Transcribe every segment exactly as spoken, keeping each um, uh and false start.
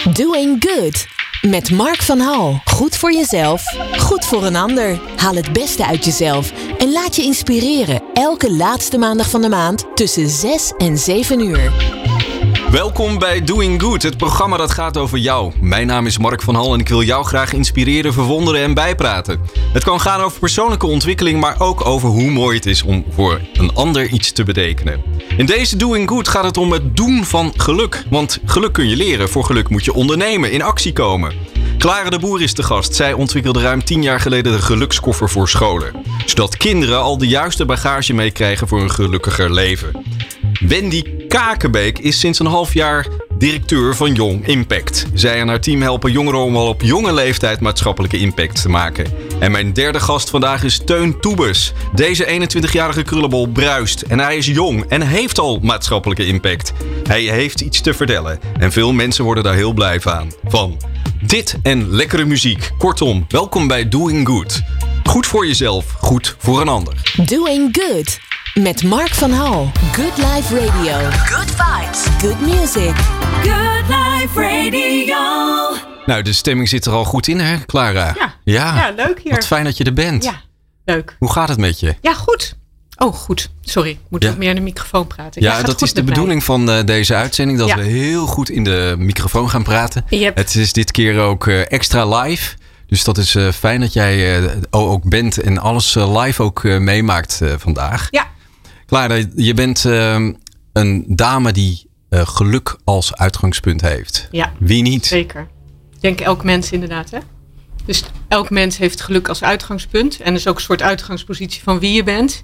Doing Good. Met Mark van Hal. Goed voor jezelf, goed voor een ander. Haal het beste uit jezelf en laat je inspireren. Elke laatste maandag van de maand tussen zes en zeven uur. Welkom bij Doing Good, het programma dat gaat over jou. Mijn naam is Mark van Hal en ik wil jou graag inspireren, verwonderen en bijpraten. Het kan gaan over persoonlijke ontwikkeling, maar ook over hoe mooi het is om voor een ander iets te betekenen. In deze Doing Good gaat het om het doen van geluk. Want geluk kun je leren, voor geluk moet je ondernemen, in actie komen. Clara de Boer is de gast. Zij ontwikkelde ruim tien jaar geleden de gelukskoffer voor scholen. Zodat kinderen al de juiste bagage meekrijgen voor een gelukkiger leven. Wendy Kakenbeek is sinds een half jaar directeur van Young Impact. Zij en haar team helpen jongeren om al op jonge leeftijd maatschappelijke impact te maken. En mijn derde gast vandaag is Teun Toebes. Deze eenentwintigjarige krullenbol bruist en hij is jong en heeft al maatschappelijke impact. Hij heeft iets te vertellen en veel mensen worden daar heel blij van. Van dit en lekkere muziek. Kortom, welkom bij Doing Good. Goed voor jezelf, goed voor een ander. Doing Good. Met Mark van Hal. Good Life Radio. Good vibes. Good music. Good Life Radio. Nou, de stemming zit er al goed in, hè, Clara? Ja, ja. ja leuk hier. Wat fijn dat je er bent. Ja, leuk. Hoe gaat het met je? Ja, goed. Oh, goed. Sorry, ik moet ja. wat meer in de microfoon praten. Ja, dat is de bedoeling mij. van uh, deze uitzending. Dat ja. we heel goed in de microfoon gaan praten. Yep. Het is dit keer ook uh, extra live. Dus dat is uh, fijn dat jij uh, ook bent en alles uh, live ook uh, meemaakt uh, vandaag. Ja. Clara, je bent uh, een dame die uh, geluk als uitgangspunt heeft. Ja, wie niet? Zeker. Ik denk elk mens inderdaad, hè? Dus elk mens heeft geluk als uitgangspunt. En is ook een soort uitgangspositie van wie je bent.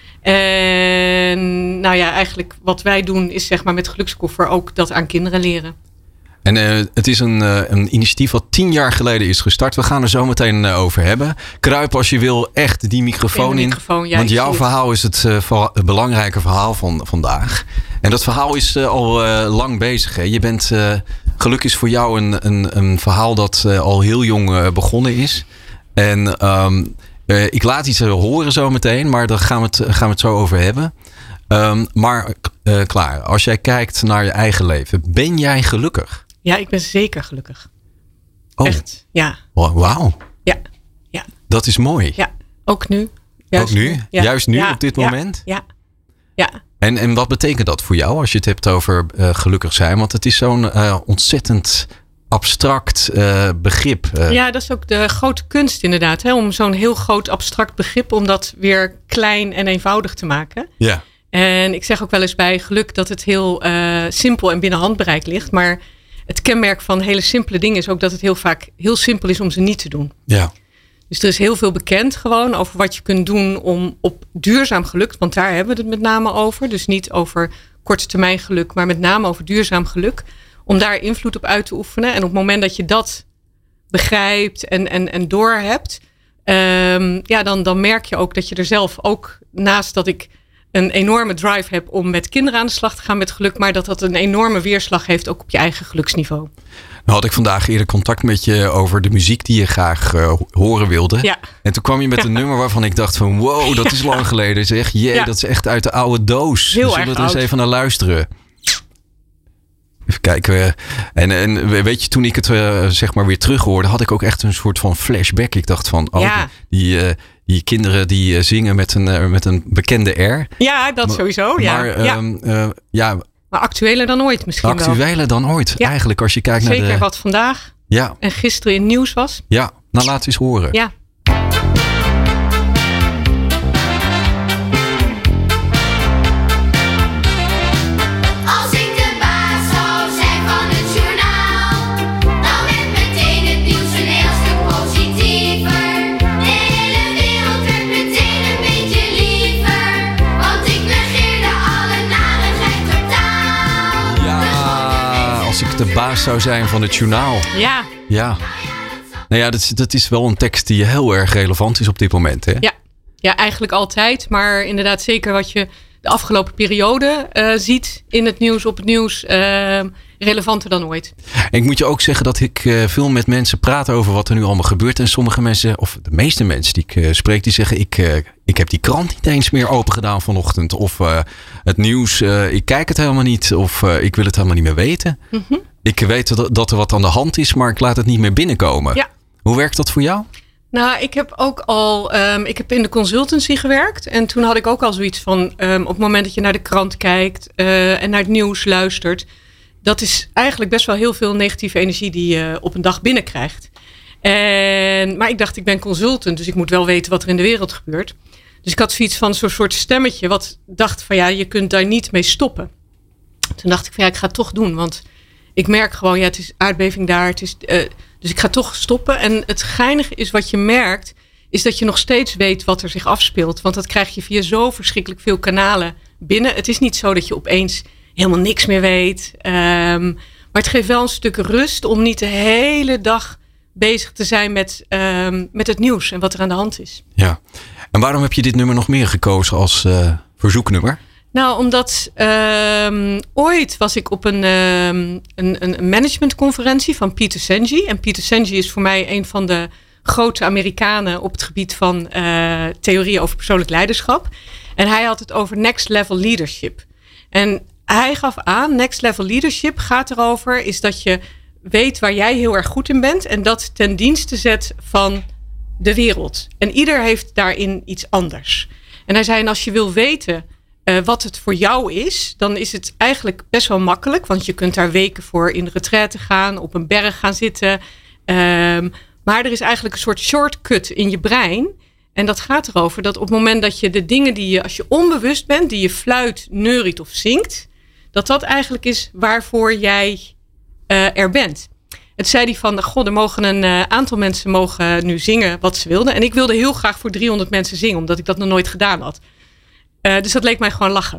En nou ja, eigenlijk wat wij doen is zeg maar met gelukskoffer ook dat aan kinderen leren. En uh, het is een, uh, een initiatief wat tien jaar geleden is gestart. We gaan er zo meteen uh, over hebben. Kruip als je wil echt die microfoon in. Microfoon, ja, want jouw het. verhaal is het, uh, va- het belangrijke verhaal van vandaag. En dat verhaal is uh, al uh, lang bezig. Hè? Je bent, uh, geluk is voor jou een, een, een verhaal dat uh, al heel jong uh, begonnen is. En um, uh, ik laat iets uh, horen zo meteen. Maar daar gaan we het, gaan we het zo over hebben. Um, maar uh, klaar, als jij kijkt naar je eigen leven. Ben jij gelukkig? Ja, ik ben zeker gelukkig. Oh. Echt, ja. Wauw. Ja, ja. Dat is mooi. Ja, ook nu. Juist ook nu? Ja. Juist nu, ja, op dit ja, moment? Ja, ja. En, en wat betekent dat voor jou als je het hebt over uh, gelukkig zijn? Want het is zo'n uh, ontzettend abstract uh, begrip. Uh. Ja, dat is ook de grote kunst inderdaad. Hè? Om zo'n heel groot abstract begrip, om dat weer klein en eenvoudig te maken. Ja. En ik zeg ook wel eens bij geluk dat het heel uh, simpel en binnen handbereik ligt. Maar het kenmerk van hele simpele dingen is ook dat het heel vaak heel simpel is om ze niet te doen. Ja. Dus er is heel veel bekend gewoon over wat je kunt doen om op duurzaam geluk, want daar hebben we het met name over. Dus niet over korte termijn geluk, maar met name over duurzaam geluk. Om daar invloed op uit te oefenen. En op het moment dat je dat begrijpt en, en, en doorhebt, um, ja, dan, dan merk je ook dat je er zelf ook, naast dat ik een enorme drive heb om met kinderen aan de slag te gaan met geluk, maar dat dat een enorme weerslag heeft ook op je eigen geluksniveau. Nou had ik vandaag eerder contact met je over de muziek die je graag uh, horen wilde. Ja. En toen kwam je met een ja. nummer waarvan ik dacht van wow, dat is lang ja. geleden. Zeg, jee, yeah, ja. dat is echt uit de oude doos. Heel Zullen we er eens oud. even naar luisteren? Even kijken. En, en weet je, toen ik het uh, zeg maar weer terug hoorde, had ik ook echt een soort van flashback. Ik dacht van, oh, ja. die, die, uh, die kinderen die uh, zingen met een, uh, met een bekende R. Ja, dat maar, sowieso. Ja. Maar, ja. Um, uh, ja. Maar actueler dan ooit misschien wel. Actueler dan ooit, ja. eigenlijk als je kijkt Zeker naar de... Zeker wat vandaag ja. en gisteren in het nieuws was. Ja, nou laten we eens horen. Ja. de baas zou zijn van het journaal. Ja. Ja. Nou ja, dat is, dat is wel een tekst die heel erg relevant is op dit moment, hè? Ja, ja eigenlijk altijd. Maar inderdaad zeker wat je de afgelopen periode uh, ziet in het nieuws, op het nieuws. Uh, relevanter dan ooit. En ik moet je ook zeggen dat ik uh, veel met mensen praat over wat er nu allemaal gebeurt. En sommige mensen, of de meeste mensen die ik uh, spreek, die zeggen ik, uh, ik heb die krant niet eens meer open gedaan vanochtend. Of uh, het nieuws, uh, ik kijk het helemaal niet. Of uh, ik wil het helemaal niet meer weten. Mm-hmm. Ik weet dat, dat er wat aan de hand is, maar ik laat het niet meer binnenkomen. Ja. Hoe werkt dat voor jou? Nou, ik heb ook al, um, ik heb in de consultancy gewerkt. En toen had ik ook al zoiets van, um, op het moment dat je naar de krant kijkt uh, en naar het nieuws luistert. Dat is eigenlijk best wel heel veel negatieve energie die je op een dag binnenkrijgt. En, maar ik dacht, ik ben consultant, dus ik moet wel weten wat er in de wereld gebeurt. Dus ik had zoiets van zo'n soort stemmetje wat dacht van ja, je kunt daar niet mee stoppen. Toen dacht ik van ja, ik ga het toch doen, want ik merk gewoon, ja, het is aardbeving daar. Het is, uh, dus ik ga toch stoppen. En het geinige is wat je merkt, is dat je nog steeds weet wat er zich afspeelt. Want dat krijg je via zo verschrikkelijk veel kanalen binnen. Het is niet zo dat je opeens helemaal niks meer weet. Um, maar het geeft wel een stuk rust om niet de hele dag bezig te zijn met, um, met het nieuws en wat er aan de hand is. Ja. En waarom heb je dit nummer nog meer gekozen als uh, verzoeknummer? Nou, omdat um, ooit was ik op een, um, een, een managementconferentie van Peter Senge. En Peter Senge is voor mij een van de grootste Amerikanen op het gebied van uh, theorieën over persoonlijk leiderschap. En hij had het over next level leadership. En hij gaf aan, next level leadership gaat erover, is dat je weet waar jij heel erg goed in bent en dat ten dienste zet van de wereld. En ieder heeft daarin iets anders. En hij zei, en als je wil weten uh, wat het voor jou is, dan is het eigenlijk best wel makkelijk, want je kunt daar weken voor in de retraite gaan, op een berg gaan zitten. Um, maar er is eigenlijk een soort shortcut in je brein. En dat gaat erover dat op het moment dat je de dingen die je, als je onbewust bent, die je fluit, neuriet of zingt, dat dat eigenlijk is waarvoor jij uh, er bent. Het zei hij van, god, er mogen een uh, aantal mensen mogen nu zingen wat ze wilden. En ik wilde heel graag voor driehonderd mensen zingen, omdat ik dat nog nooit gedaan had. Uh, dus dat leek mij gewoon lachen.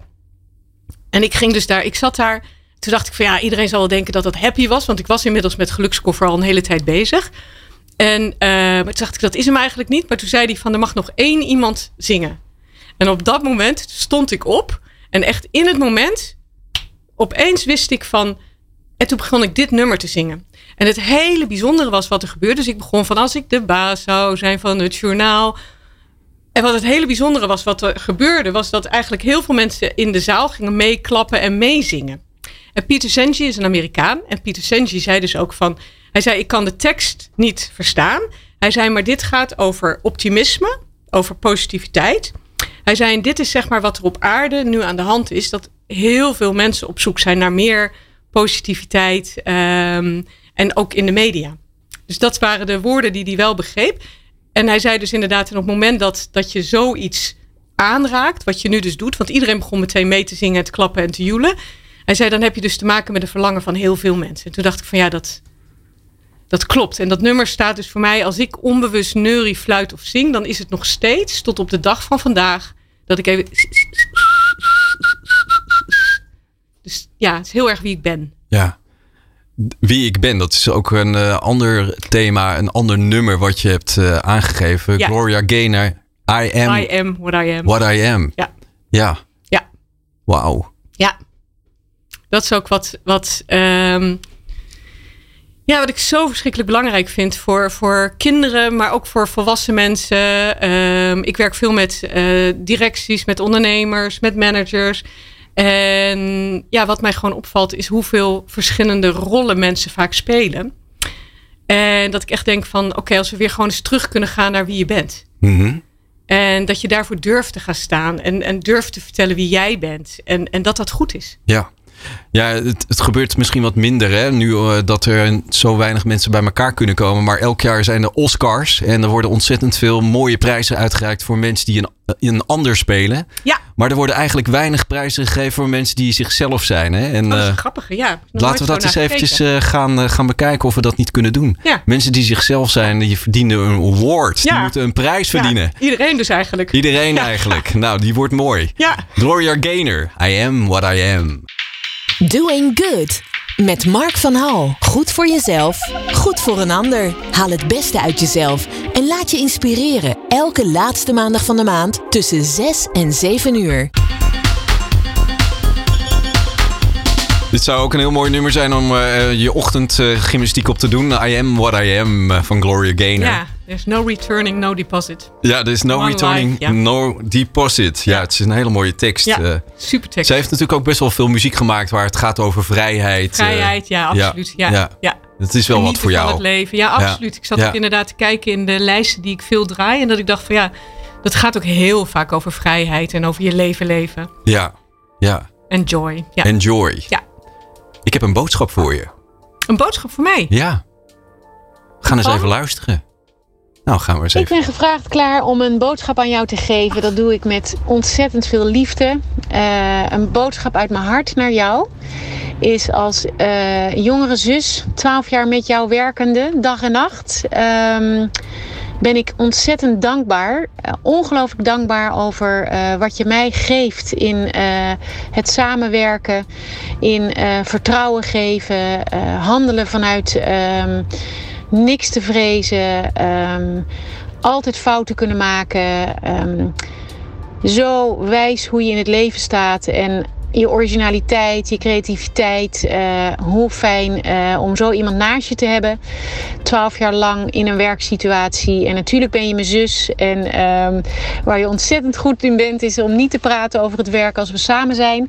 En ik ging dus daar, ik zat daar. Toen dacht ik van ja, iedereen zal wel denken dat dat happy was. Want ik was inmiddels met Gelukskoffer al een hele tijd bezig. En uh, maar toen dacht ik, dat is hem eigenlijk niet. Maar toen zei hij van, er mag nog één iemand zingen. En op dat moment stond ik op. En echt in het moment, opeens wist ik van, en toen begon ik dit nummer te zingen. En het hele bijzondere was wat er gebeurde. Dus ik begon van, als ik de baas zou zijn van het journaal. En wat het hele bijzondere was, wat er gebeurde, was dat eigenlijk heel veel mensen in de zaal gingen meeklappen en meezingen. En Peter Senge is een Amerikaan. En Peter Senge zei dus ook van, hij zei, ik kan de tekst niet verstaan. Hij zei, maar dit gaat over optimisme, over positiviteit. Hij zei, en dit is zeg maar wat er op aarde nu aan de hand is, dat heel veel mensen op zoek zijn naar meer positiviteit. Um, en ook in de media. Dus dat waren de woorden die hij wel begreep. En hij zei dus inderdaad, en op het moment dat, dat je zoiets aanraakt, wat je nu dus doet, want iedereen begon meteen mee te zingen, te klappen en te joelen. Hij zei, dan heb je dus te maken met een verlangen van heel veel mensen. En toen dacht ik van ja, dat, dat klopt. En dat nummer staat dus voor mij, als ik onbewust neurie, fluit of zing, dan is het nog steeds, tot op de dag van vandaag, dat ik even. Dus ja, het is heel erg wie ik ben. Ja. Wie ik ben, dat is ook een uh, ander thema, een ander nummer wat je hebt uh, aangegeven. Ja. Gloria Gaynor, I am, I am what I am. What I am. Ja. Ja. Ja. Wauw. Ja. Dat is ook wat, wat, um, ja, wat ik zo verschrikkelijk belangrijk vind voor, voor kinderen, maar ook voor volwassen mensen. Um, ik werk veel met uh, directies, met ondernemers, met managers. En ja, wat mij gewoon opvalt is hoeveel verschillende rollen mensen vaak spelen. En dat ik echt denk van, oké, okay, als we weer gewoon eens terug kunnen gaan naar wie je bent. Mm-hmm. En dat je daarvoor durft te gaan staan en, en durft te vertellen wie jij bent. En, en dat dat goed is. Ja. Ja, het, het gebeurt misschien wat minder hè, nu uh, dat er zo weinig mensen bij elkaar kunnen komen. Maar elk jaar zijn er Oscars en er worden ontzettend veel mooie prijzen uitgereikt voor mensen die een, een ander spelen. Ja. Maar er worden eigenlijk weinig prijzen gegeven voor mensen die zichzelf zijn. Hè? En, oh, dat is uh, grappig, ja. Laten we dat eens eventjes uh, gaan, uh, gaan bekijken of we dat niet kunnen doen. Ja. Mensen die zichzelf zijn, die verdienen een award. Ja. Die moeten een prijs verdienen. Ja, iedereen dus eigenlijk. Iedereen ja. eigenlijk. Nou, die wordt mooi. Ja. Gloria Gaynor, I am what I am. Doing Good. Met Mark van Hal. Goed voor jezelf, goed voor een ander. Haal het beste uit jezelf en laat je inspireren. Elke laatste maandag van de maand tussen zes en zeven uur. Dit zou ook een heel mooi nummer zijn om uh, je ochtendgymnastiek uh, op te doen. I Am What I Am uh, van Gloria Gaynor. Ja, there's no returning, no deposit. Ja, there's no One returning, life, ja. no deposit. Ja, het is een hele mooie tekst. Ja, uh, super tekst. Zij heeft natuurlijk ook best wel veel muziek gemaakt waar het gaat over vrijheid. Vrijheid, ja, absoluut. Ja, ja. ja. Dat is wel wat voor jou. Van het leven. Ja, absoluut. Ja. Ik zat ja. ook inderdaad te kijken in de lijsten die ik veel draai. En dat ik dacht van ja, dat gaat ook heel vaak over vrijheid en over je leven leven. Ja, ja. Enjoy. Ja. Enjoy. Ja. Ik heb een boodschap voor je. Een boodschap voor mij? Ja. We gaan eens even luisteren. Nou, gaan we eens even. Ik ben gevraagd klaar om een boodschap aan jou te geven. Dat doe ik met ontzettend veel liefde. Uh, een boodschap uit mijn hart naar jou is als uh, jongere zus, twaalf jaar met jou werkende, dag en nacht. Um, ben ik ontzettend dankbaar, uh, ongelooflijk dankbaar over uh, wat je mij geeft in uh, het samenwerken, in uh, vertrouwen geven, uh, handelen vanuit um, niks te vrezen, um, altijd fouten kunnen maken, um, zo wijs hoe je in het leven staat en je originaliteit, je creativiteit. Uh, hoe fijn uh, om zo iemand naast je te hebben. Twaalf jaar lang in een werksituatie. En natuurlijk ben je mijn zus. En um, waar je ontzettend goed in bent is om niet te praten over het werk als we samen zijn.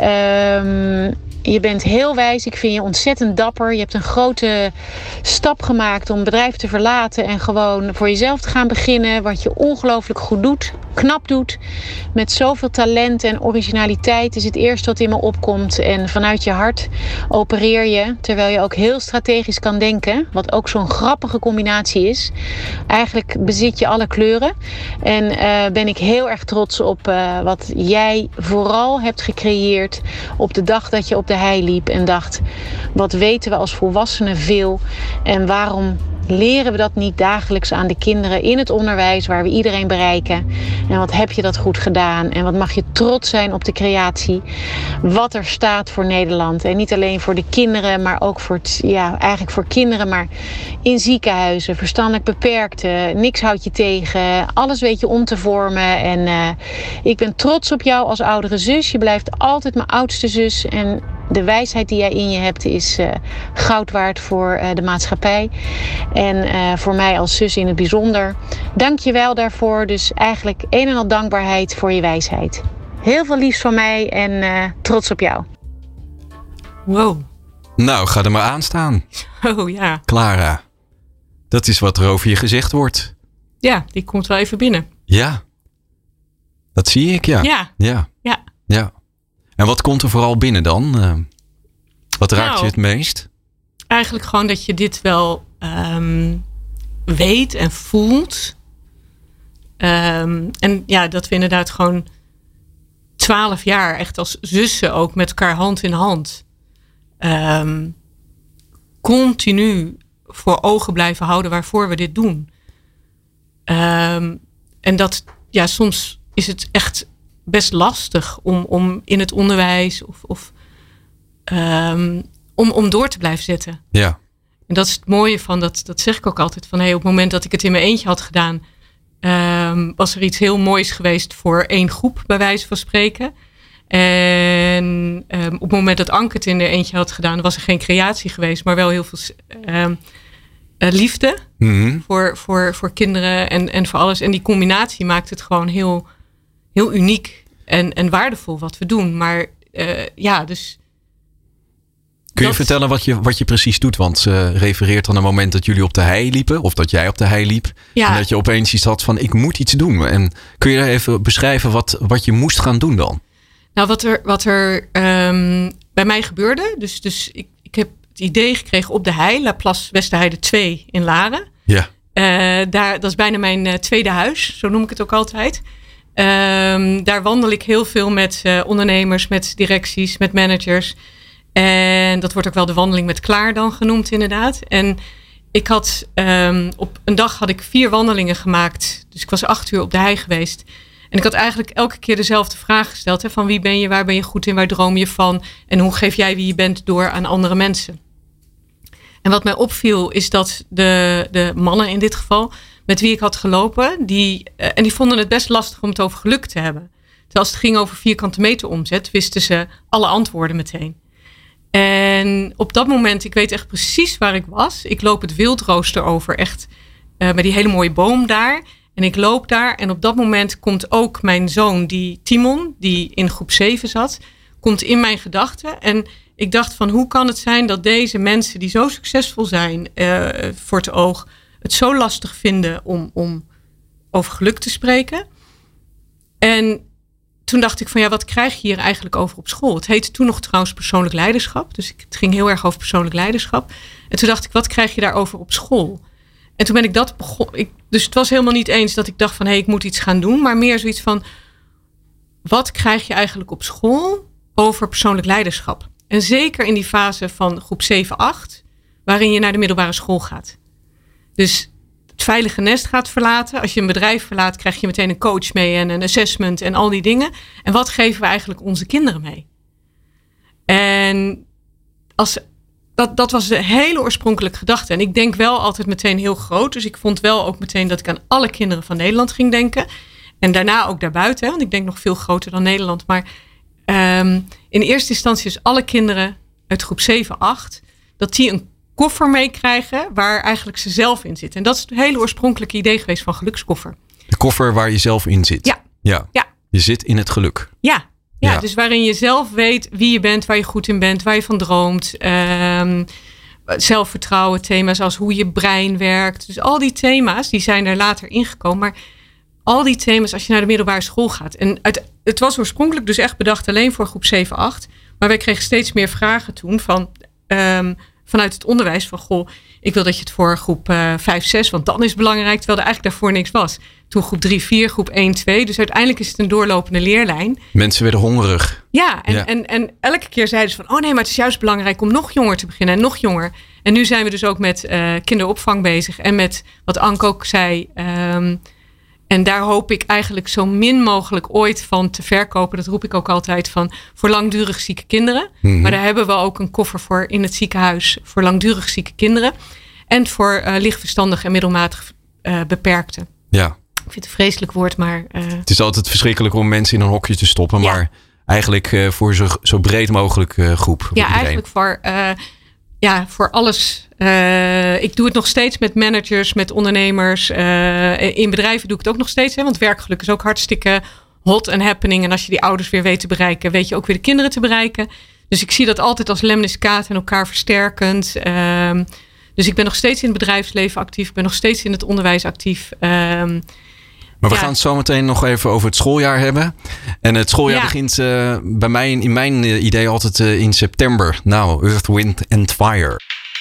Um, Je bent heel wijs. Ik vind je ontzettend dapper. Je hebt een grote stap gemaakt om het bedrijf te verlaten en gewoon voor jezelf te gaan beginnen. Wat je ongelooflijk goed doet, knap doet. Met zoveel talent en originaliteit is het eerste wat in me opkomt. En vanuit je hart opereer je, terwijl je ook heel strategisch kan denken. Wat ook zo'n grappige combinatie is. Eigenlijk bezit je alle kleuren. En uh, ben ik heel erg trots op uh, wat jij vooral hebt gecreëerd op de dag dat je op de hei liep en dacht, wat weten we als volwassenen veel en waarom leren we dat niet dagelijks aan de kinderen in het onderwijs waar we iedereen bereiken? En wat heb je dat goed gedaan? En wat mag je trots zijn op de creatie? Wat er staat voor Nederland. En niet alleen voor de kinderen, maar ook voor het, ja, eigenlijk voor kinderen, maar in ziekenhuizen, verstandelijk beperkten. Niks houdt je tegen. Alles weet je om te vormen. En uh, ik ben trots op jou als oudere zus. Je blijft altijd mijn oudste zus. En de wijsheid die jij in je hebt is uh, goud waard voor uh, de maatschappij. En uh, voor mij als zus in het bijzonder. Dank je wel daarvoor. Dus eigenlijk een en al dankbaarheid voor je wijsheid. Heel veel liefs van mij en uh, trots op jou. Wow. Nou, ga er maar aan staan. Oh ja. Clara, dat is wat er over je gezegd wordt. Ja, die komt wel even binnen. Ja. Dat zie ik, ja. Ja. Ja. Ja. Ja. En wat komt er vooral binnen dan? Uh, wat raakt nou, je het meest? Eigenlijk gewoon dat je dit wel um, weet en voelt. Um, en ja, dat we inderdaad gewoon twaalf jaar echt als zussen ook met elkaar hand in hand. Um, continu voor ogen blijven houden waarvoor we dit doen. Um, en dat, ja, soms is het echt best lastig om, om in het onderwijs of, of um, om, om door te blijven zetten. Ja. En dat is het mooie van, dat, dat zeg ik ook altijd, van hey, op het moment dat ik het in mijn eentje had gedaan, um, was er iets heel moois geweest voor één groep, bij wijze van spreken. En um, op het moment dat Anke het in de eentje had gedaan, was er geen creatie geweest, maar wel heel veel um, uh, liefde mm-hmm. voor, voor, voor kinderen en, en voor alles. En die combinatie maakt het gewoon heel, heel uniek en, en waardevol wat we doen. Maar uh, ja, dus... Kun je dat... vertellen wat je, wat je precies doet? Want ze refereert aan een moment dat jullie op de hei liepen. Of dat jij op de hei liep. Ja. En dat je opeens iets had van, ik moet iets doen. En kun je even beschrijven wat, wat je moest gaan doen dan? Nou, wat er, wat er um, bij mij gebeurde. Dus, dus ik, ik heb het idee gekregen op de hei. La Place Westerheide twee in Laren. Ja. Uh, daar, dat is bijna mijn uh, tweede huis. Zo noem ik het ook altijd. Um, daar wandel ik heel veel met uh, ondernemers, met directies, met managers. En dat wordt ook wel de wandeling met Klaar dan genoemd inderdaad. En ik had um, op een dag had ik vier wandelingen gemaakt. Dus ik was acht uur op de hei geweest. En ik had eigenlijk elke keer dezelfde vraag gesteld. Hè, van wie ben je, waar ben je goed in, waar droom je van? En hoe geef jij wie je bent door aan andere mensen? En wat mij opviel is dat de, de mannen in dit geval, met wie ik had gelopen, die, uh, en die vonden het best lastig om het over geluk te hebben. Terwijl als het ging over vierkante meter omzet, wisten ze alle antwoorden meteen. En op dat moment, ik weet echt precies waar ik was. Ik loop het wildrooster over, echt uh, bij die hele mooie boom daar. En ik loop daar en op dat moment komt ook mijn zoon, die Timon, die in groep zeven zat, komt in mijn gedachten. En ik dacht van, hoe kan het zijn dat deze mensen die zo succesvol zijn uh, voor het oog, het zo lastig vinden om, om over geluk te spreken. En toen dacht ik van, ja, wat krijg je hier eigenlijk over op school? Het heette toen nog trouwens persoonlijk leiderschap. Dus het ging heel erg over persoonlijk leiderschap. En toen dacht ik, wat krijg je daarover op school? En toen ben ik dat begonnen. Dus het was helemaal niet eens dat ik dacht van, hé, hey, ik moet iets gaan doen. Maar meer zoiets van, wat krijg je eigenlijk op school over persoonlijk leiderschap? En zeker in die fase van groep zeven, acht, waarin je naar de middelbare school gaat. Dus het veilige nest gaat verlaten. Als je een bedrijf verlaat, krijg je meteen een coach mee en een assessment en al die dingen. En wat geven we eigenlijk onze kinderen mee? En als, dat, dat was de hele oorspronkelijke gedachte. En ik denk wel altijd meteen heel groot. Dus ik vond wel ook meteen dat ik aan alle kinderen van Nederland ging denken. En daarna ook daarbuiten. Hè, want ik denk nog veel groter dan Nederland. Maar um, in eerste instantie dus alle kinderen uit groep zeven, acht. Dat die een koffer meekrijgen waar eigenlijk ze zelf in zitten. En dat is het hele oorspronkelijke idee geweest van gelukskoffer. De koffer waar je zelf in zit. Ja. Ja. ja. Je zit in het geluk. Ja. Ja, ja. Dus waarin je zelf weet wie je bent, waar je goed in bent, waar je van droomt. Um, zelfvertrouwen, thema's als hoe je brein werkt. Dus al die thema's, die zijn er later ingekomen. Maar al die thema's als je naar de middelbare school gaat. En het, het was oorspronkelijk dus echt bedacht alleen voor groep zeven, acht. Maar wij kregen steeds meer vragen toen van, um, vanuit het onderwijs. Van goh, ik wil dat je het voor groep uh, vijf, zes, want dan is het belangrijk. Terwijl er eigenlijk daarvoor niks was. Toen groep drie, vier, groep één, twee. Dus uiteindelijk is het een doorlopende leerlijn. Mensen werden hongerig. Ja, en, ja. En, en elke keer zeiden ze van, oh nee, maar het is juist belangrijk om nog jonger te beginnen en nog jonger. En nu zijn we dus ook met uh, kinderopvang bezig en met wat Anke ook zei. Um, en daar hoop ik eigenlijk zo min mogelijk ooit van te verkopen. Dat roep ik ook altijd van voor langdurig zieke kinderen. Mm-hmm. Maar daar hebben we ook een koffer voor in het ziekenhuis voor langdurig zieke kinderen. En voor uh, lichtverstandig en middelmatig uh, beperkte. Ja. Ik vind het een vreselijk woord, maar... Uh... Het is altijd verschrikkelijk om mensen in een hokje te stoppen. Ja. Maar eigenlijk uh, voor zo, zo breed mogelijk uh, groep. Ja, iedereen. eigenlijk voor, uh, ja, voor alles. Uh, ik doe het nog steeds met managers, met ondernemers. Uh, in bedrijven doe ik het ook nog steeds. Hè, want werkgeluk is ook hartstikke hot en happening. En als je die ouders weer weet te bereiken, weet je ook weer de kinderen te bereiken. Dus ik zie dat altijd als lemniscaat en elkaar versterkend. Uh, dus ik ben nog steeds in het bedrijfsleven actief. Ik ben nog steeds in het onderwijs actief. Uh, Maar we ja. gaan het zo meteen nog even over het schooljaar hebben. En het schooljaar ja. begint uh, bij mij in, in mijn uh, idee altijd uh, in september. Nou, Earth, Wind and Fire.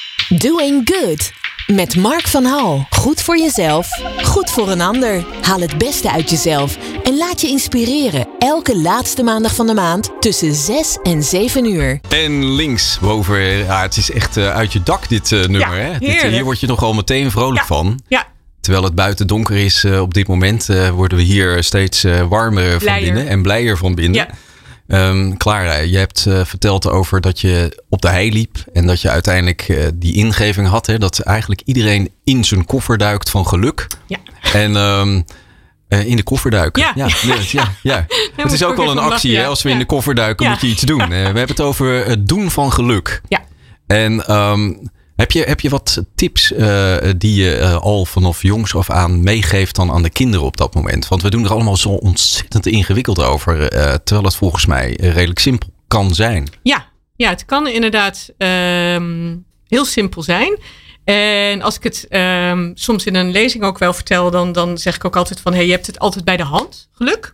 Doing Good. Met Mark van Hal. Goed voor jezelf, goed voor een ander. Haal het beste uit jezelf en laat je inspireren. Elke laatste maandag van de maand tussen zes en zeven uur. En links boven, ja, het is echt uh, uit je dak dit uh, nummer. Ja, hè? Dit, hier word je nogal meteen vrolijk ja. van. Ja. Terwijl het buiten donker is uh, op dit moment, uh, worden we hier steeds uh, warmer blijer. van binnen en blijer van binnen. Ja. Um, Clara, je hebt uh, verteld over dat je op de hei liep en dat je uiteindelijk uh, die ingeving had. Hè, dat eigenlijk iedereen in zijn koffer duikt van geluk. Ja. En um, uh, in de koffer duiken. Ja. Ja, ja, ja, ja. Het is ook wel een actie. Hè? Als we ja. in de koffer duiken, ja. moet je iets doen. Uh, we hebben het over het doen van geluk. Ja. En um, Heb je, heb je wat tips uh, die je uh, al vanaf jongs af aan meegeeft dan aan de kinderen op dat moment? Want we doen er allemaal zo ontzettend ingewikkeld over. Uh, terwijl het volgens mij redelijk simpel kan zijn. Ja, ja het kan inderdaad um, heel simpel zijn. En als ik het um, soms in een lezing ook wel vertel, dan, dan zeg ik ook altijd van, hey, je hebt het altijd bij de hand, geluk.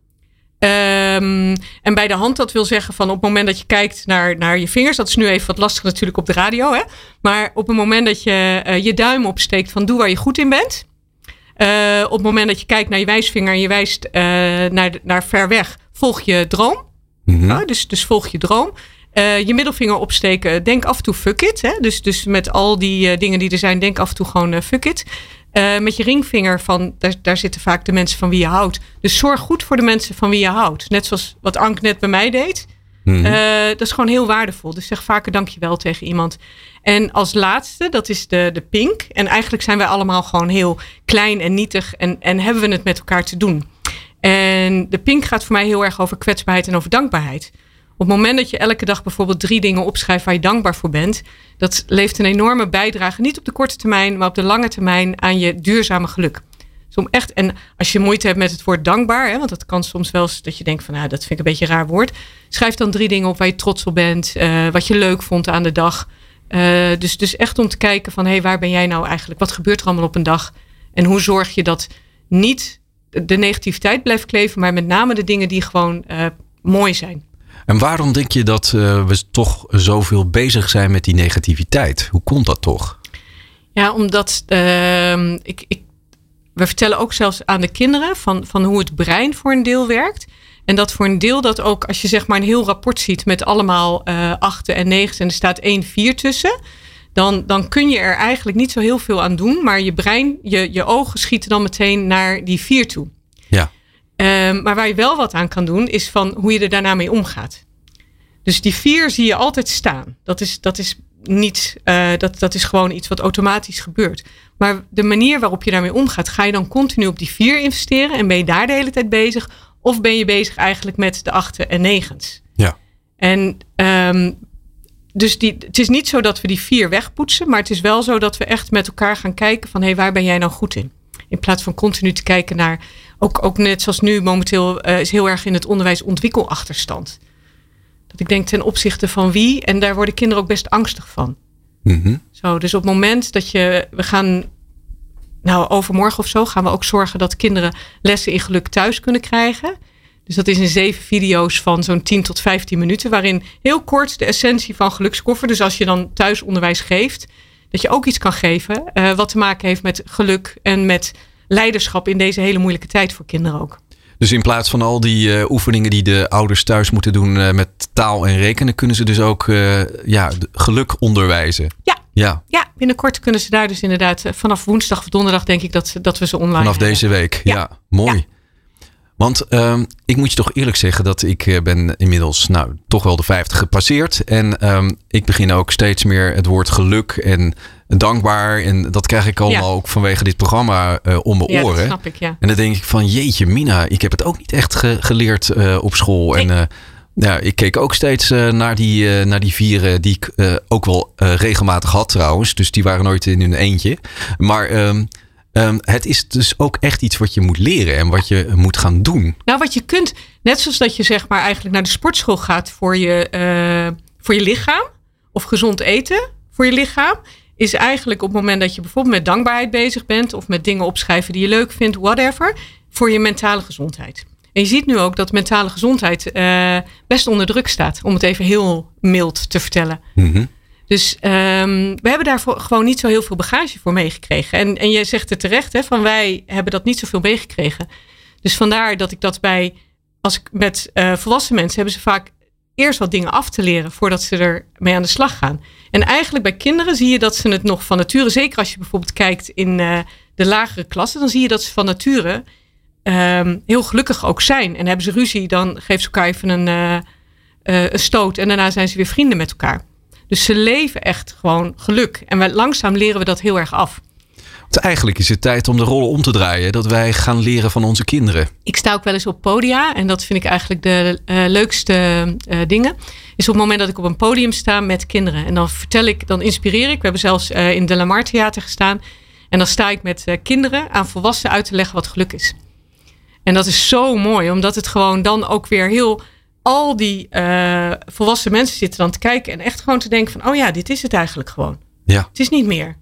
Um, en bij de hand, dat wil zeggen van op het moment dat je kijkt naar, naar je vingers. Dat is nu even wat lastig natuurlijk op de radio. Hè? Maar op het moment dat je uh, je duim opsteekt van doe waar je goed in bent. Uh, op het moment dat je kijkt naar je wijsvinger en je wijst uh, naar, naar ver weg. Volg je droom. Mm-hmm. Uh, dus, dus volg je droom. Uh, je middelvinger opsteken. Denk af en toe fuck it. Hè? Dus, dus met al die uh, dingen die er zijn. Denk af en toe gewoon uh, fuck it. Uh, met je ringvinger, van, daar, daar zitten vaak de mensen van wie je houdt. Dus zorg goed voor de mensen van wie je houdt. Net zoals wat Ank net bij mij deed. Mm-hmm. Uh, dat is gewoon heel waardevol. Dus zeg vaker dankjewel tegen iemand. En als laatste, dat is de, de pink. En eigenlijk zijn wij allemaal gewoon heel klein en nietig. En, en hebben we het met elkaar te doen. En de pink gaat voor mij heel erg over kwetsbaarheid en over dankbaarheid. Op het moment dat je elke dag bijvoorbeeld drie dingen opschrijft waar je dankbaar voor bent, dat levert een enorme bijdrage, niet op de korte termijn, maar op de lange termijn aan je duurzame geluk. Dus om echt, en als je moeite hebt met het woord dankbaar, hè, want dat kan soms wel eens dat je denkt van, nou, dat vind ik een beetje een raar woord. Schrijf dan drie dingen op waar je trots op bent, uh, wat je leuk vond aan de dag. Uh, dus, dus echt om te kijken van, hé, hey, waar ben jij nou eigenlijk? Wat gebeurt er allemaal op een dag? En hoe zorg je dat niet de negativiteit blijft kleven, maar met name de dingen die gewoon uh, mooi zijn. En waarom denk je dat uh, we toch zoveel bezig zijn met die negativiteit? Hoe komt dat toch? Ja, omdat uh, ik, ik, we vertellen ook zelfs aan de kinderen van, van hoe het brein voor een deel werkt. En dat voor een deel dat ook, als je zeg maar een heel rapport ziet met allemaal uh, achten en negen en er staat één vier tussen, dan, dan kun je er eigenlijk niet zo heel veel aan doen. Maar je brein, je, je ogen schieten dan meteen naar die vier toe. Ja. Um, maar waar je wel wat aan kan doen, is van hoe je er daarna mee omgaat. Dus die vier zie je altijd staan. Dat is, dat is niet, uh, dat, dat is gewoon iets wat automatisch gebeurt. Maar de manier waarop je daarmee omgaat, ga je dan continu op die vier investeren en ben je daar de hele tijd bezig? Of ben je bezig eigenlijk met de achten en negens? Ja. En um, dus die, het is niet zo dat we die vier wegpoetsen, maar het is wel zo dat we echt met elkaar gaan kijken van, hé, hey, waar ben jij nou goed in? In plaats van continu te kijken naar, ook, ook net zoals nu momenteel uh, is heel erg in het onderwijs ontwikkelachterstand. Dat ik denk ten opzichte van wie, en daar worden kinderen ook best angstig van. Mm-hmm. Zo, dus op het moment dat je, we gaan, nou overmorgen of zo, gaan we ook zorgen dat kinderen lessen in geluk thuis kunnen krijgen. Dus dat is in zeven video's van zo'n tien tot vijftien minuten, waarin heel kort de essentie van gelukskoffer. Dus als je dan thuisonderwijs geeft, dat je ook iets kan geven uh, wat te maken heeft met geluk en met leiderschap in deze hele moeilijke tijd voor kinderen ook. Dus in plaats van al die uh, oefeningen die de ouders thuis moeten doen uh, met taal en rekenen, kunnen ze dus ook uh, ja, geluk onderwijzen. Ja. Ja. ja, binnenkort kunnen ze daar dus inderdaad uh, vanaf woensdag of donderdag denk ik dat, ze, dat we ze online Vanaf hebben. deze week, ja, ja mooi. Ja. Want um, ik moet je toch eerlijk zeggen dat ik uh, ben inmiddels nou toch wel de vijftig gepasseerd. En um, ik begin ook steeds meer het woord geluk en dankbaar. En dat krijg ik allemaal ja. ook vanwege dit programma uh, om mijn ja, oren. Dat snap ik, ja. En dan denk ik van jeetje Mina, ik heb het ook niet echt ge- geleerd uh, op school. Nee. En uh, ja, ik keek ook steeds uh, naar, die, uh, naar die vieren die ik uh, ook wel uh, regelmatig had trouwens. Dus die waren nooit in hun eentje. Maar Um, Um, het is dus ook echt iets wat je moet leren en wat je moet gaan doen. Nou, wat je kunt, net zoals dat je zeg maar eigenlijk naar de sportschool gaat voor je, uh, voor je lichaam. Of gezond eten voor je lichaam. Is eigenlijk op het moment dat je bijvoorbeeld met dankbaarheid bezig bent. Of met dingen opschrijven die je leuk vindt, whatever. Voor je mentale gezondheid. En je ziet nu ook dat mentale gezondheid uh, best onder druk staat. Om het even heel mild te vertellen. Mm-hmm. Dus um, we hebben daar gewoon niet zo heel veel bagage voor meegekregen. En, en je zegt het terecht, hè, van wij hebben dat niet zoveel meegekregen. Dus vandaar dat ik dat bij, als ik met uh, volwassen mensen, hebben ze vaak eerst wat dingen af te leren voordat ze er mee aan de slag gaan. En eigenlijk bij kinderen zie je dat ze het nog van nature, zeker als je bijvoorbeeld kijkt in uh, de lagere klassen, dan zie je dat ze van nature um, heel gelukkig ook zijn. En hebben ze ruzie, dan geven ze elkaar even een, uh, uh, een stoot en daarna zijn ze weer vrienden met elkaar. Dus ze leven echt gewoon geluk. En wij, langzaam leren we dat heel erg af. Want eigenlijk is het tijd om de rollen om te draaien. Dat wij gaan leren van onze kinderen. Ik sta ook wel eens op podia. En dat vind ik eigenlijk de uh, leukste uh, dingen. Is op het moment dat ik op een podium sta met kinderen. En dan vertel ik, dan inspireer ik. We hebben zelfs uh, in De Lamar Theater gestaan. En dan sta ik met uh, kinderen aan volwassenen uit te leggen wat geluk is. En dat is zo mooi. Omdat het gewoon dan ook weer heel... Al die uh, volwassen mensen zitten dan te kijken en echt gewoon te denken van, oh ja, dit is het eigenlijk gewoon. Ja. Het is niet meer.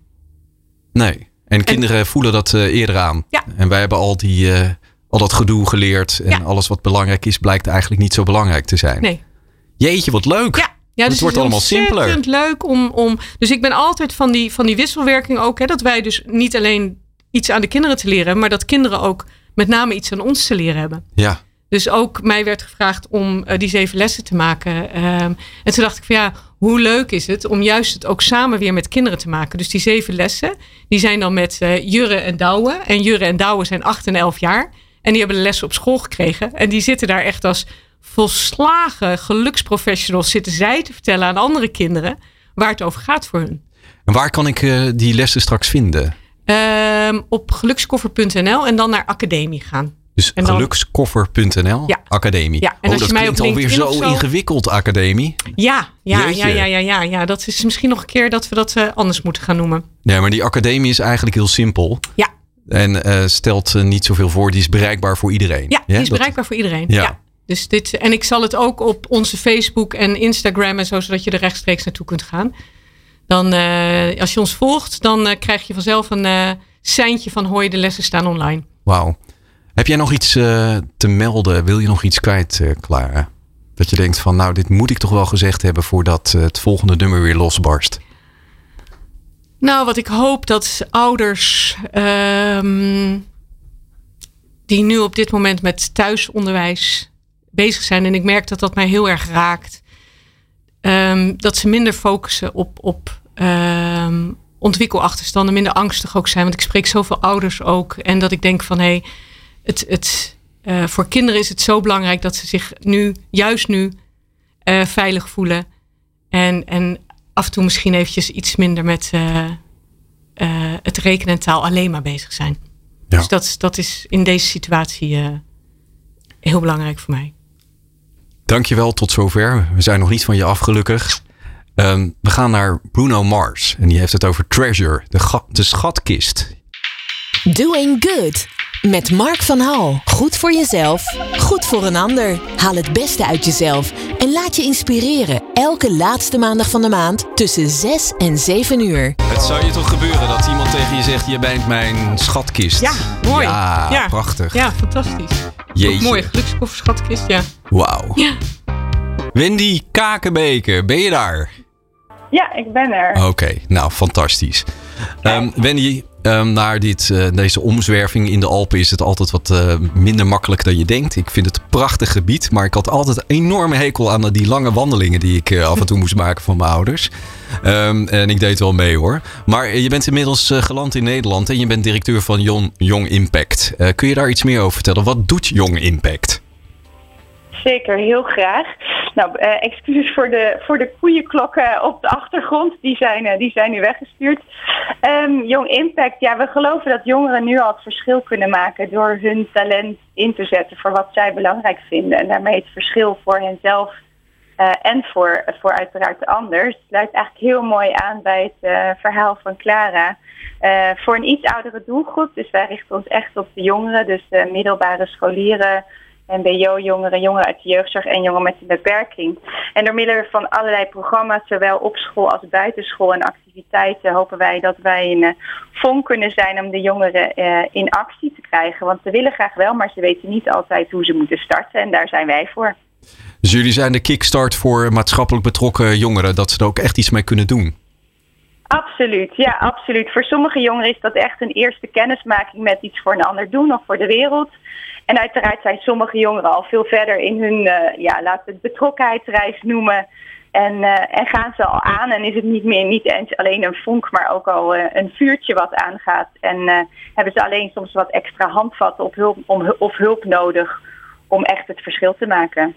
Nee. En kinderen en, voelen dat uh, eerder aan. Ja. En wij hebben al, die, uh, al dat gedoe geleerd. En ja. alles wat belangrijk is, blijkt eigenlijk niet zo belangrijk te zijn. Nee. Jeetje, wat leuk. Ja. Ja, dus het wordt het allemaal simpeler. Het is leuk om, om. Dus ik ben altijd van die, van die wisselwerking ook. Hè, dat wij dus niet alleen iets aan de kinderen te leren, maar dat kinderen ook met name iets aan ons te leren hebben. Ja. Dus ook mij werd gevraagd om uh, die zeven lessen te maken. Um, en toen dacht ik van ja, hoe leuk is het om juist het ook samen weer met kinderen te maken. Dus die zeven lessen, die zijn dan met uh, Jurre en Douwe. En Jurre en Douwe zijn acht en elf jaar. En die hebben de lessen op school gekregen. En die zitten daar echt als volslagen geluksprofessionals zitten zij te vertellen aan andere kinderen waar het over gaat voor hun. En waar kan ik uh, die lessen straks vinden? Um, op gelukskoffer punt n l en dan naar academie gaan. Dus en dan, gelukskoffer punt n l, ja. Academie. Ja, en oh, als dat je mij klinkt op alweer zo, zo ingewikkeld, Academie. Ja, ja, ja, ja, ja, ja, ja. Dat is misschien nog een keer dat we dat uh, anders moeten gaan noemen. Nee, maar die Academie is eigenlijk heel simpel. Ja. En uh, stelt uh, niet zoveel voor. Die is bereikbaar voor iedereen. Ja, die is dat... bereikbaar voor iedereen. Ja. ja. Dus dit, en ik zal het ook op onze Facebook en Instagram en zo, zodat je er rechtstreeks naartoe kunt gaan. Dan, uh, als je ons volgt, dan uh, krijg je vanzelf een uh, seintje van hoi, de lessen staan online. Wauw. Heb jij nog iets uh, te melden? Wil je nog iets kwijt, uh, Clara? Dat je denkt van, nou, dit moet ik toch wel gezegd hebben voordat uh, het volgende nummer weer losbarst. Nou, wat ik hoop dat ouders um, die nu op dit moment met thuisonderwijs bezig zijn, en ik merk dat dat mij heel erg raakt, um, dat ze minder focussen op, op um, ontwikkelachterstanden, minder angstig ook zijn. Want ik spreek zoveel ouders ook. En dat ik denk van, hé, hey, het, het, uh, voor kinderen is het zo belangrijk dat ze zich nu, juist nu, uh, veilig voelen. En, en af en toe misschien eventjes iets minder met uh, uh, het rekenen en taal alleen maar bezig zijn. Ja. Dus dat, dat is in deze situatie uh, heel belangrijk voor mij. Dankjewel, tot zover. We zijn nog niet van je af, gelukkig. Um, we gaan naar Bruno Mars. En die heeft het over Treasure, de, ga- de schatkist. Doing Good. Met Mark van Hal. Goed voor jezelf, goed voor een ander. Haal het beste uit jezelf. En laat je inspireren. Elke laatste maandag van de maand tussen zes en zeven uur. Het zou je toch gebeuren dat iemand tegen je zegt, je bent mijn schatkist. Ja, mooi. Ja, ja. prachtig. Ja, fantastisch. Jeetje. Mooie gelukskoffer, schatkist, ja. Wauw. Ja. Wendy Kakenbeke, ben je daar? Ja, ik ben er. Oké, okay, nou fantastisch. Um, Wendy, um, naar dit, uh, deze omzwerving in de Alpen is het altijd wat uh, minder makkelijk dan je denkt. Ik vind het een prachtig gebied, maar ik had altijd een enorme hekel aan die lange wandelingen die ik uh, af en toe moest maken van mijn ouders. Um, en ik deed wel mee hoor. Maar uh, je bent inmiddels uh, geland in Nederland en je bent directeur van Young, Young Impact. Uh, kun je daar iets meer over vertellen? Wat doet Young Impact? Zeker, heel graag. Nou, uh, excuses voor de, voor de koeienklokken op de achtergrond. Die zijn, uh, die zijn nu weggestuurd. Um, Young Impact, ja, we geloven dat jongeren nu al het verschil kunnen maken door hun talent in te zetten voor wat zij belangrijk vinden. En daarmee het verschil voor henzelf uh, en voor, uh, voor uiteraard de ander. Het sluit eigenlijk heel mooi aan bij het uh, verhaal van Clara. Uh, voor een iets oudere doelgroep, dus wij richten ons echt op de jongeren, dus de middelbare scholieren, M B O-jongeren, jongeren uit de jeugdzorg en jongeren met een beperking. En door middel van allerlei programma's, zowel op school als buitenschool en activiteiten, hopen wij dat wij een uh, vonk kunnen zijn om de jongeren uh, in actie te krijgen. Want ze willen graag wel, maar ze weten niet altijd hoe ze moeten starten. En daar zijn wij voor. Dus jullie zijn de kickstart voor maatschappelijk betrokken jongeren, dat ze er ook echt iets mee kunnen doen? Absoluut, ja, absoluut. Voor sommige jongeren is dat echt een eerste kennismaking met iets voor een ander doen of voor de wereld. En uiteraard zijn sommige jongeren al veel verder in hun, uh, ja, laten we het betrokkenheidsreis noemen. En, uh, en gaan ze al aan en is het niet meer niet eens alleen een vonk, maar ook al uh, een vuurtje wat aangaat. En uh, hebben ze alleen soms wat extra handvatten op hulp, om, of hulp nodig om echt het verschil te maken.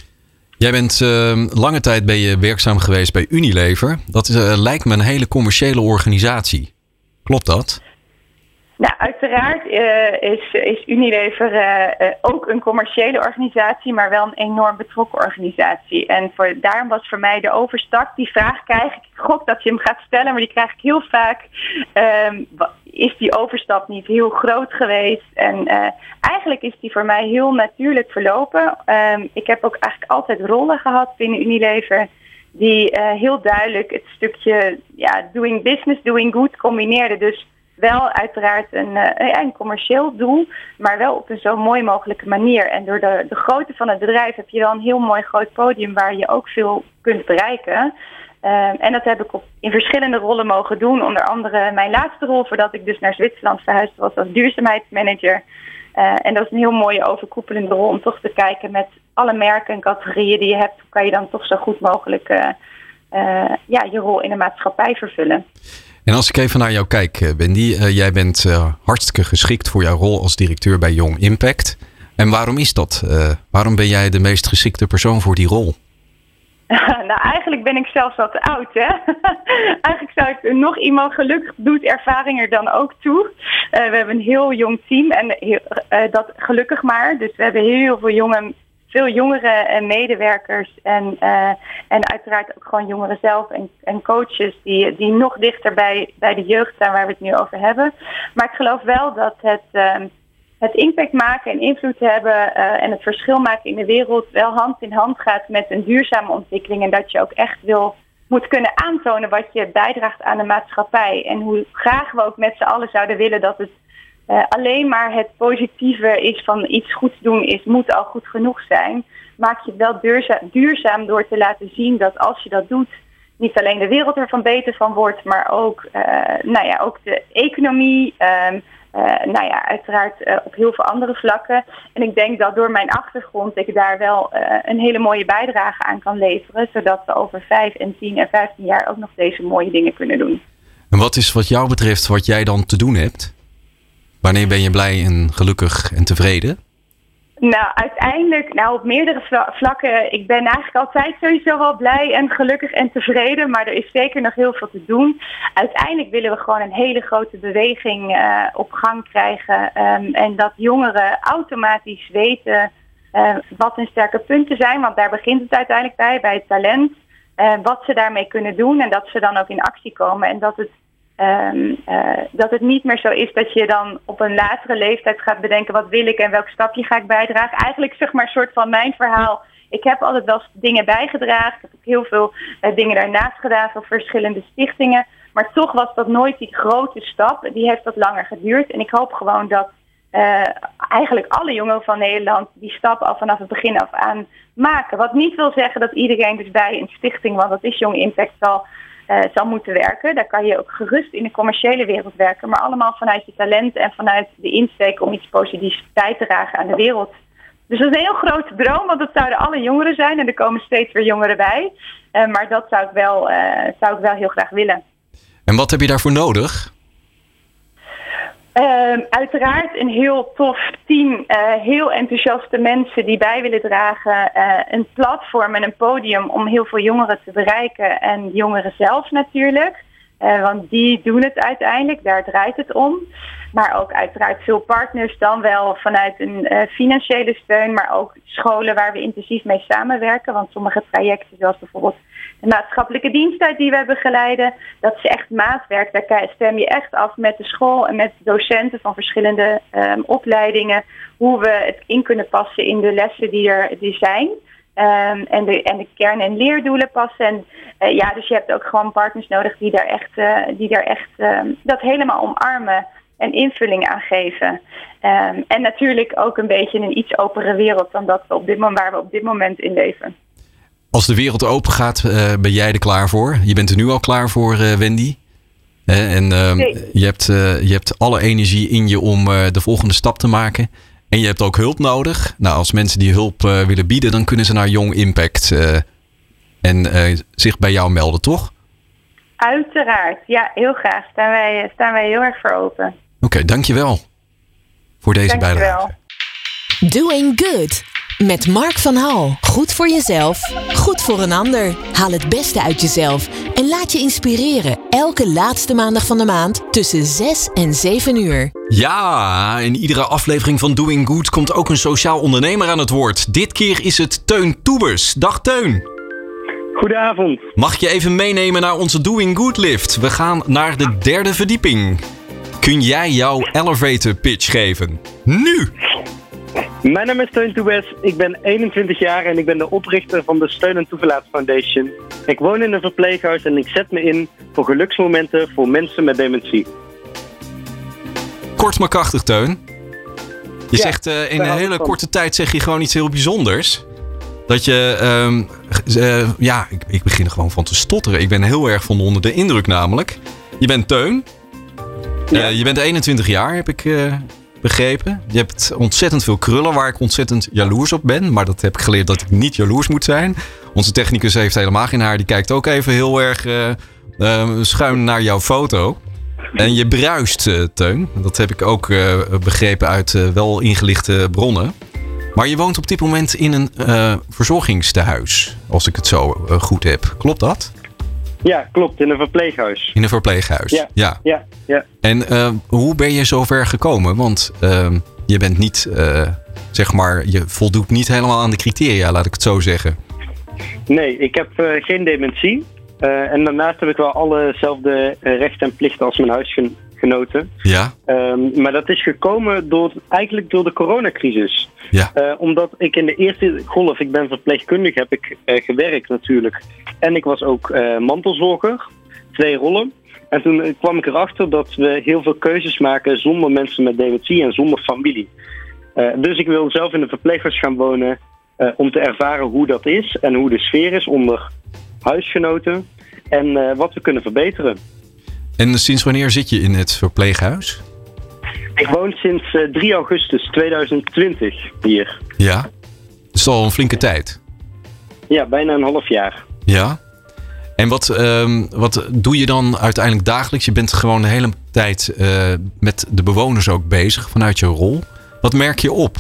Jij bent uh, lange tijd ben je werkzaam geweest bij Unilever. Dat is, uh, lijkt me een hele commerciële organisatie. Klopt dat? Nou, uiteraard uh, is, is Unilever uh, uh, ook een commerciële organisatie, maar wel een enorm betrokken organisatie. En voor, daarom was voor mij de overstap, die vraag krijg ik, ik gok dat je hem gaat stellen, maar die krijg ik heel vaak. Um, is die overstap niet heel groot geweest? En uh, eigenlijk is die voor mij heel natuurlijk verlopen. Um, ik heb ook eigenlijk altijd rollen gehad binnen Unilever die uh, heel duidelijk het stukje ja, doing business, doing good combineerden. Dus wel uiteraard een, uh, een commercieel doel, maar wel op een zo mooi mogelijke manier. En door de, de grootte van het bedrijf heb je wel een heel mooi groot podium waar je ook veel kunt bereiken. Uh, en dat heb ik op, in verschillende rollen mogen doen. Onder andere mijn laatste rol, voordat ik dus naar Zwitserland verhuisd was als duurzaamheidsmanager. Uh, en dat is een heel mooie overkoepelende rol om toch te kijken met alle merken en categorieën die je hebt. Hoe kan je dan toch zo goed mogelijk uh, uh, ja, je rol in de maatschappij vervullen. En als ik even naar jou kijk, Wendy, uh, jij bent uh, hartstikke geschikt voor jouw rol als directeur bij Young Impact. En waarom is dat? Uh, waarom ben jij de meest geschikte persoon voor die rol? Nou, eigenlijk ben ik zelfs al te oud, hè. Eigenlijk zou ik nog iemand, gelukkig doet ervaring er dan ook toe. Uh, we hebben een heel jong team en heel, uh, dat gelukkig maar. Dus we hebben heel veel jonge, veel jongeren en medewerkers en, uh, en uiteraard ook gewoon jongeren zelf en, en coaches die, die nog dichter bij, bij de jeugd zijn waar we het nu over hebben. Maar ik geloof wel dat het... Uh, Het impact maken en invloed hebben uh, en het verschil maken in de wereld wel hand in hand gaat met een duurzame ontwikkeling. En dat je ook echt wil, moet kunnen aantonen wat je bijdraagt aan de maatschappij. En hoe graag we ook met z'n allen zouden willen dat het uh, alleen maar het positieve is van iets goeds doen is, moet al goed genoeg zijn. Maak je het wel duurzaam, duurzaam door te laten zien dat als je dat doet, niet alleen de wereld ervan beter van wordt, maar ook, uh, nou ja, ook de economie. Um, Uh, nou ja, uiteraard uh, op heel veel andere vlakken. En ik denk dat door mijn achtergrond ik daar wel uh, een hele mooie bijdrage aan kan leveren. Zodat we over vijf en tien en vijftien jaar ook nog deze mooie dingen kunnen doen. En wat is wat jou betreft wat jij dan te doen hebt? Wanneer ben je blij en gelukkig en tevreden? Nou, uiteindelijk, nou op meerdere vlakken. Ik ben eigenlijk altijd sowieso wel blij en gelukkig en tevreden. Maar er is zeker nog heel veel te doen. Uiteindelijk willen we gewoon een hele grote beweging uh, op gang krijgen. Um, en dat jongeren automatisch weten uh, wat hun sterke punten zijn. Want daar begint het uiteindelijk bij, bij het talent. Uh, wat ze daarmee kunnen doen en dat ze dan ook in actie komen. En dat het Um, uh, dat het niet meer zo is dat je dan op een latere leeftijd gaat bedenken wat wil ik en welk stapje ga ik bijdragen. Eigenlijk zeg maar een soort van mijn verhaal. Ik heb altijd wel dingen bijgedragen. Ik heb ook heel veel uh, dingen daarnaast gedaan voor verschillende stichtingen. Maar toch was dat nooit die grote stap. Die heeft wat langer geduurd. En ik hoop gewoon dat uh, eigenlijk alle jongeren van Nederland die stap al vanaf het begin af aan maken. Wat niet wil zeggen dat iedereen dus bij een stichting, want dat is Young Impact al, Uh, zal moeten werken. Daar kan je ook gerust in de commerciële wereld werken. Maar allemaal vanuit je talent en vanuit de insteek om iets positiefs bij te dragen aan de wereld. Dus dat is een heel grote droom, want dat zouden alle jongeren zijn. En er komen steeds weer jongeren bij. Uh, maar dat zou ik, wel, uh, zou ik wel heel graag willen. En wat heb je daarvoor nodig? Uh, uiteraard een heel tof team, uh, heel enthousiaste mensen die bij willen dragen, uh, een platform en een podium om heel veel jongeren te bereiken en jongeren zelf natuurlijk, uh, want die doen het uiteindelijk, daar draait het om. Maar ook uiteraard veel partners dan wel vanuit een uh, financiële steun, maar ook scholen waar we intensief mee samenwerken, want sommige trajecten zoals bijvoorbeeld de maatschappelijke diensttijd die we begeleiden, dat is echt maatwerk. Daar stem je echt af met de school en met docenten van verschillende um, opleidingen, hoe we het in kunnen passen in de lessen die er die zijn. Um, en, de, en de kern- en leerdoelen passen. En uh, ja, dus je hebt ook gewoon partners nodig die daar echt, uh, die daar echt um, dat helemaal omarmen en invulling aan geven. Um, en natuurlijk ook een beetje een iets openere wereld dan dat we op dit moment, waar we op dit moment in leven. Als de wereld open gaat, uh, ben jij er klaar voor? Je bent er nu al klaar voor, uh, Wendy. Uh, en uh, nee. je, hebt, uh, je hebt alle energie in je om uh, de volgende stap te maken. En je hebt ook hulp nodig. Nou, als mensen die hulp uh, willen bieden, dan kunnen ze naar Young Impact uh, en uh, zich bij jou melden, toch? Uiteraard, ja, heel graag. Staan wij, staan wij heel erg voor open. Oké, okay, dankjewel voor deze dankjewel. bijdrage. Doing Good. Met Mark van Hal. Goed voor jezelf, goed voor een ander. Haal het beste uit jezelf en laat je inspireren. Elke laatste maandag van de maand tussen zes en zeven uur. Ja, in iedere aflevering van Doing Good komt ook een sociaal ondernemer aan het woord. Dit keer is het Teun Toebes. Dag Teun. Goedenavond. Mag ik je even meenemen naar onze Doing Good lift? We gaan naar de derde verdieping. Kun jij jouw elevator pitch geven? Nu! Mijn naam is Teun Toebes, ik ben eenentwintig jaar en ik ben de oprichter van de Steun en Toeverlaat Foundation. Ik woon in een verpleeghuis en ik zet me in voor geluksmomenten voor mensen met dementie. Kort maar krachtig, Teun. Je ja, zegt uh, in een hele korte tijd zeg je gewoon iets heel bijzonders. Dat je, um, uh, ja, ik, ik begin er gewoon van te stotteren. Ik ben heel erg van onder de indruk namelijk. Je bent Teun. Ja. Uh, je bent eenentwintig jaar, heb ik uh, begrepen. Je hebt ontzettend veel krullen waar ik ontzettend jaloers op ben. Maar dat heb ik geleerd dat ik niet jaloers moet zijn. Onze technicus heeft helemaal geen haar. Die kijkt ook even heel erg uh, uh, schuin naar jouw foto. En je bruist, uh, Teun. Dat heb ik ook uh, begrepen uit uh, wel ingelichte bronnen. Maar je woont op dit moment in een uh, verzorgingstehuis, als ik het zo uh, goed heb. Klopt dat? Ja, klopt. In een verpleeghuis. In een verpleeghuis, ja. ja. ja, ja. En uh, hoe ben je zover gekomen? Want uh, je bent niet, uh, zeg maar, je voldoet niet helemaal aan de criteria, laat ik het zo zeggen. Nee, ik heb uh, geen dementie. Uh, en daarnaast heb ik wel allezelfde uh, rechten en plichten als mijn huisgenoten. Ja. Um, maar dat is gekomen door, eigenlijk door de coronacrisis. Ja. Uh, omdat ik in de eerste golf, ik ben verpleegkundig, heb ik uh, gewerkt natuurlijk. En ik was ook uh, mantelzorger. Twee rollen. En toen uh, kwam ik erachter dat we heel veel keuzes maken zonder mensen met dementie en zonder familie. Uh, dus ik wil zelf in een verpleeghuis gaan wonen uh, om te ervaren hoe dat is en hoe de sfeer is onder huisgenoten en uh, wat we kunnen verbeteren. En sinds wanneer zit je in het verpleeghuis? Ik woon sinds uh, drie augustus tweeduizend twintig hier. Ja, dat is al een flinke tijd. Ja, bijna een half jaar. Ja. En wat, um, wat doe je dan uiteindelijk dagelijks? Je bent gewoon de hele tijd uh, met de bewoners ook bezig vanuit je rol. Wat merk je op?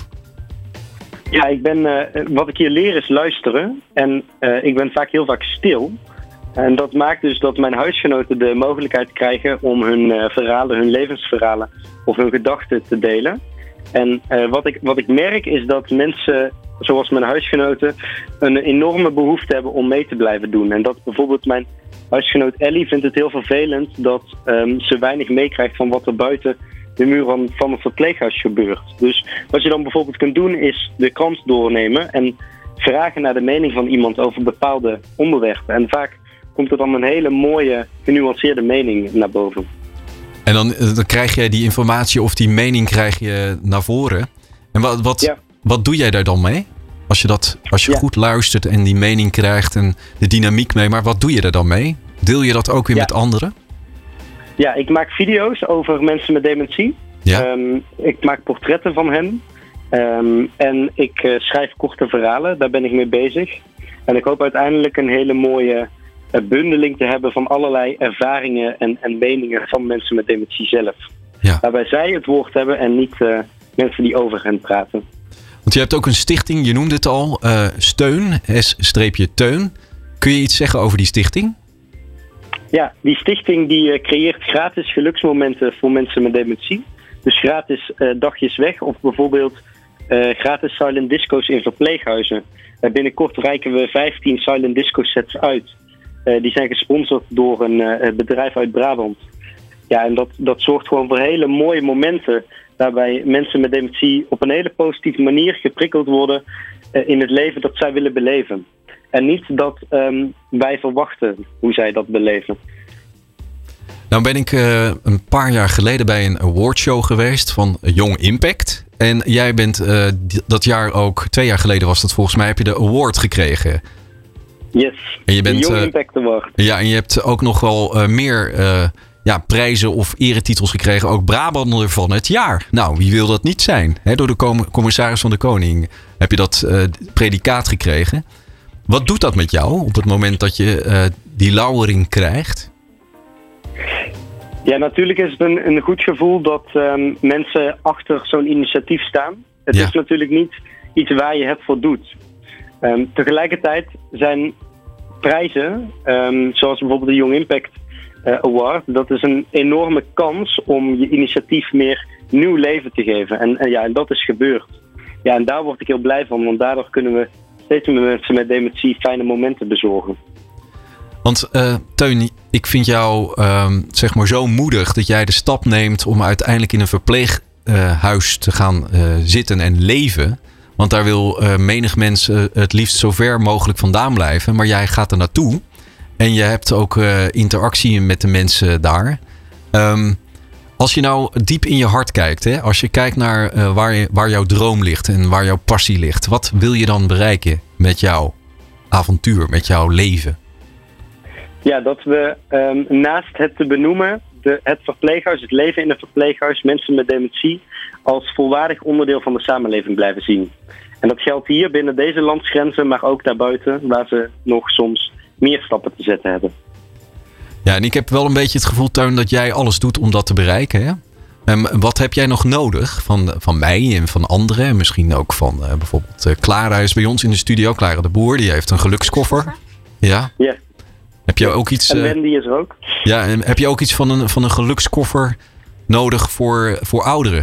Ja, ik ben, uh, wat ik hier leer is luisteren. En uh, ik ben vaak heel vaak stil. En dat maakt dus dat mijn huisgenoten de mogelijkheid krijgen om hun uh, verhalen, hun levensverhalen of hun gedachten te delen. En uh, wat, ik, wat ik merk is dat mensen, zoals mijn huisgenoten, een enorme behoefte hebben om mee te blijven doen. En dat bijvoorbeeld mijn huisgenoot Ellie vindt het heel vervelend dat um, ze weinig meekrijgt van wat er buiten de muren van het verpleeghuis gebeurt. Dus wat je dan bijvoorbeeld kunt doen is de krant doornemen en vragen naar de mening van iemand over bepaalde onderwerpen. En vaak komt er dan een hele mooie, genuanceerde mening naar boven. En dan, dan krijg je die informatie of die mening krijg je naar voren. En wat, wat, ja. wat doe jij daar dan mee? Als je, dat, als je ja. goed luistert en die mening krijgt en de dynamiek mee. Maar wat doe je er dan mee? Deel je dat ook weer ja. met anderen? Ja, ik maak video's over mensen met dementie. Ja. Um, ik maak portretten van hen. Um, en ik uh, schrijf korte verhalen. Daar ben ik mee bezig. En ik hoop uiteindelijk een hele mooie uh, bundeling te hebben van allerlei ervaringen en, en meningen van mensen met dementie zelf. Ja. Waarbij zij het woord hebben en niet uh, mensen die over hen praten. Want je hebt ook een stichting, je noemde het al, uh, Steun, S-Teun. Kun je iets zeggen over die stichting? Ja, die stichting die uh, creëert gratis geluksmomenten voor mensen met dementie. Dus gratis uh, dagjes weg of bijvoorbeeld uh, gratis silent disco's in verpleeghuizen. Uh, binnenkort reiken we vijftien silent disco sets uit. Uh, die zijn gesponsord door een uh, bedrijf uit Brabant. Ja, en dat, dat zorgt gewoon voor hele mooie momenten waarbij mensen met dementie op een hele positieve manier geprikkeld worden uh, in het leven dat zij willen beleven. En niet dat um, wij verwachten hoe zij dat beleven. Nou ben ik uh, een paar jaar geleden bij een awardshow geweest van Young Impact. En jij bent uh, dat jaar ook, twee jaar geleden was dat volgens mij, heb je de award gekregen. Yes, en je bent, de Young uh, Impact Award. Ja, en je hebt ook nog wel uh, meer uh, ja, prijzen of eretitels gekregen. Ook Brabander van het jaar. Nou, wie wil dat niet zijn? He, door de com- commissaris van de Koning heb je dat uh, predicaat gekregen. Wat doet dat met jou op het moment dat je uh, die lauwering krijgt? Ja, natuurlijk is het een, een goed gevoel dat um, mensen achter zo'n initiatief staan. Het ja. is natuurlijk niet iets waar je het voor doet. Um, tegelijkertijd zijn prijzen, um, zoals bijvoorbeeld de Young Impact uh, Award, dat is een enorme kans om je initiatief meer nieuw leven te geven. En, en ja, en dat is gebeurd. Ja, en daar word ik heel blij van, want daardoor kunnen we steeds meer mensen met dementie fijne momenten bezorgen. Want uh, Teun, ik vind jou uh, zeg maar zo moedig dat jij de stap neemt om uiteindelijk in een verpleeghuis uh, te gaan uh, zitten en leven. Want daar wil uh, menig mens uh, het liefst zo ver mogelijk vandaan blijven. Maar jij gaat er naartoe en je hebt ook uh, interactie met de mensen daar. Um, als je nou diep in je hart kijkt, hè, als je kijkt naar uh, waar, je, waar jouw droom ligt en waar jouw passie ligt. Wat wil je dan bereiken met jouw avontuur, met jouw leven? Ja, dat we um, naast het te benoemen, de, het verpleeghuis, het leven in een verpleeghuis, mensen met dementie, als volwaardig onderdeel van de samenleving blijven zien. En dat geldt hier binnen deze landsgrenzen, maar ook daarbuiten, waar ze nog soms meer stappen te zetten hebben. Ja, en ik heb wel een beetje het gevoel, Teun, dat jij alles doet om dat te bereiken. Hè? Um, wat heb jij nog nodig van, van mij en van anderen? En misschien ook van uh, bijvoorbeeld uh, Clara is bij ons in de studio. Clara de Boer, die heeft een gelukskoffer. Ja. Ja. Heb je ook iets... En Uh, Wendy is er ook. Ja, en heb je ook iets van een, van een gelukskoffer nodig voor, voor ouderen?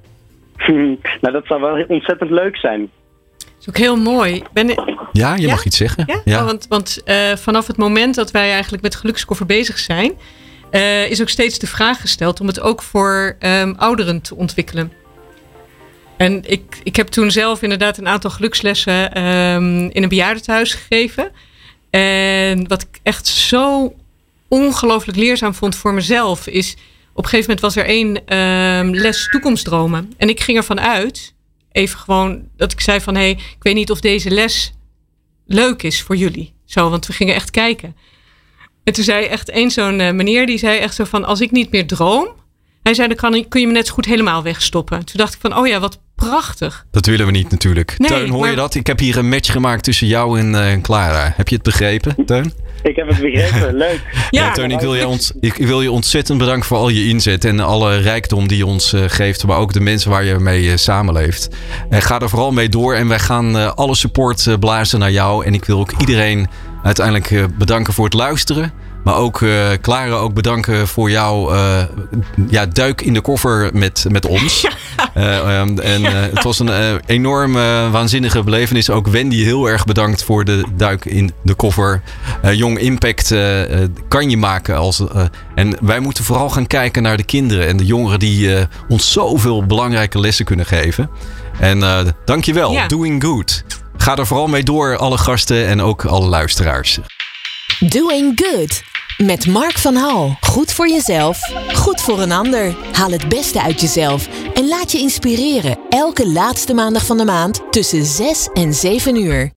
Nou, dat zou wel ontzettend leuk zijn. Dat is ook heel mooi. Ben ik... Ja, je ja? mag iets zeggen. Ja, ja. Oh, want, want uh, vanaf het moment dat wij eigenlijk met gelukskoffer bezig zijn... Uh, is ook steeds de vraag gesteld om het ook voor um, ouderen te ontwikkelen. En ik, ik heb toen zelf inderdaad een aantal gelukslessen um, in een bejaardentehuis gegeven. En wat ik echt zo ongelooflijk leerzaam vond voor mezelf... is op een gegeven moment was er één um, les toekomstdromen. En ik ging ervan uit, even gewoon dat ik zei van... hé, hey, ik weet niet of deze les leuk is voor jullie. Zo, want we gingen echt kijken. En toen zei echt één zo'n uh, meneer, die zei echt zo van... als ik niet meer droom... Hij zei, dan kan, kun je me net zo goed helemaal wegstoppen. Toen dacht ik van, oh ja, wat prachtig. Dat willen we niet natuurlijk. Nee, Teun, hoor maar... je dat? Ik heb hier een match gemaakt tussen jou en uh, Clara. Heb je het begrepen, Teun? Ik heb het begrepen, leuk. Ja, ja Teun, ik wil, je ont, ik wil je ontzettend bedanken voor al je inzet... en alle rijkdom die je ons uh, geeft... maar ook de mensen waar je mee uh, samenleeft. Uh, ga er vooral mee door en wij gaan uh, alle support uh, blazen naar jou. En ik wil ook iedereen uiteindelijk uh, bedanken voor het luisteren... Maar ook uh, Clara, ook bedanken voor jouw uh, ja, duik in de koffer met, met ons. Uh, um, en uh, het was een uh, enorm uh, waanzinnige belevenis. Ook Wendy heel erg bedankt voor de duik in de koffer. Uh, Jong Impact uh, uh, kan je maken. Als, uh, en wij moeten vooral gaan kijken naar de kinderen en de jongeren... die uh, ons zoveel belangrijke lessen kunnen geven. En uh, dankjewel, ja. Doing Good. Ga er vooral mee door, alle gasten en ook alle luisteraars. Doing Good. Met Mark van Hal. Goed voor jezelf, goed voor een ander. Haal het beste uit jezelf en laat je inspireren. Elke laatste maandag van de maand tussen zes en zeven uur.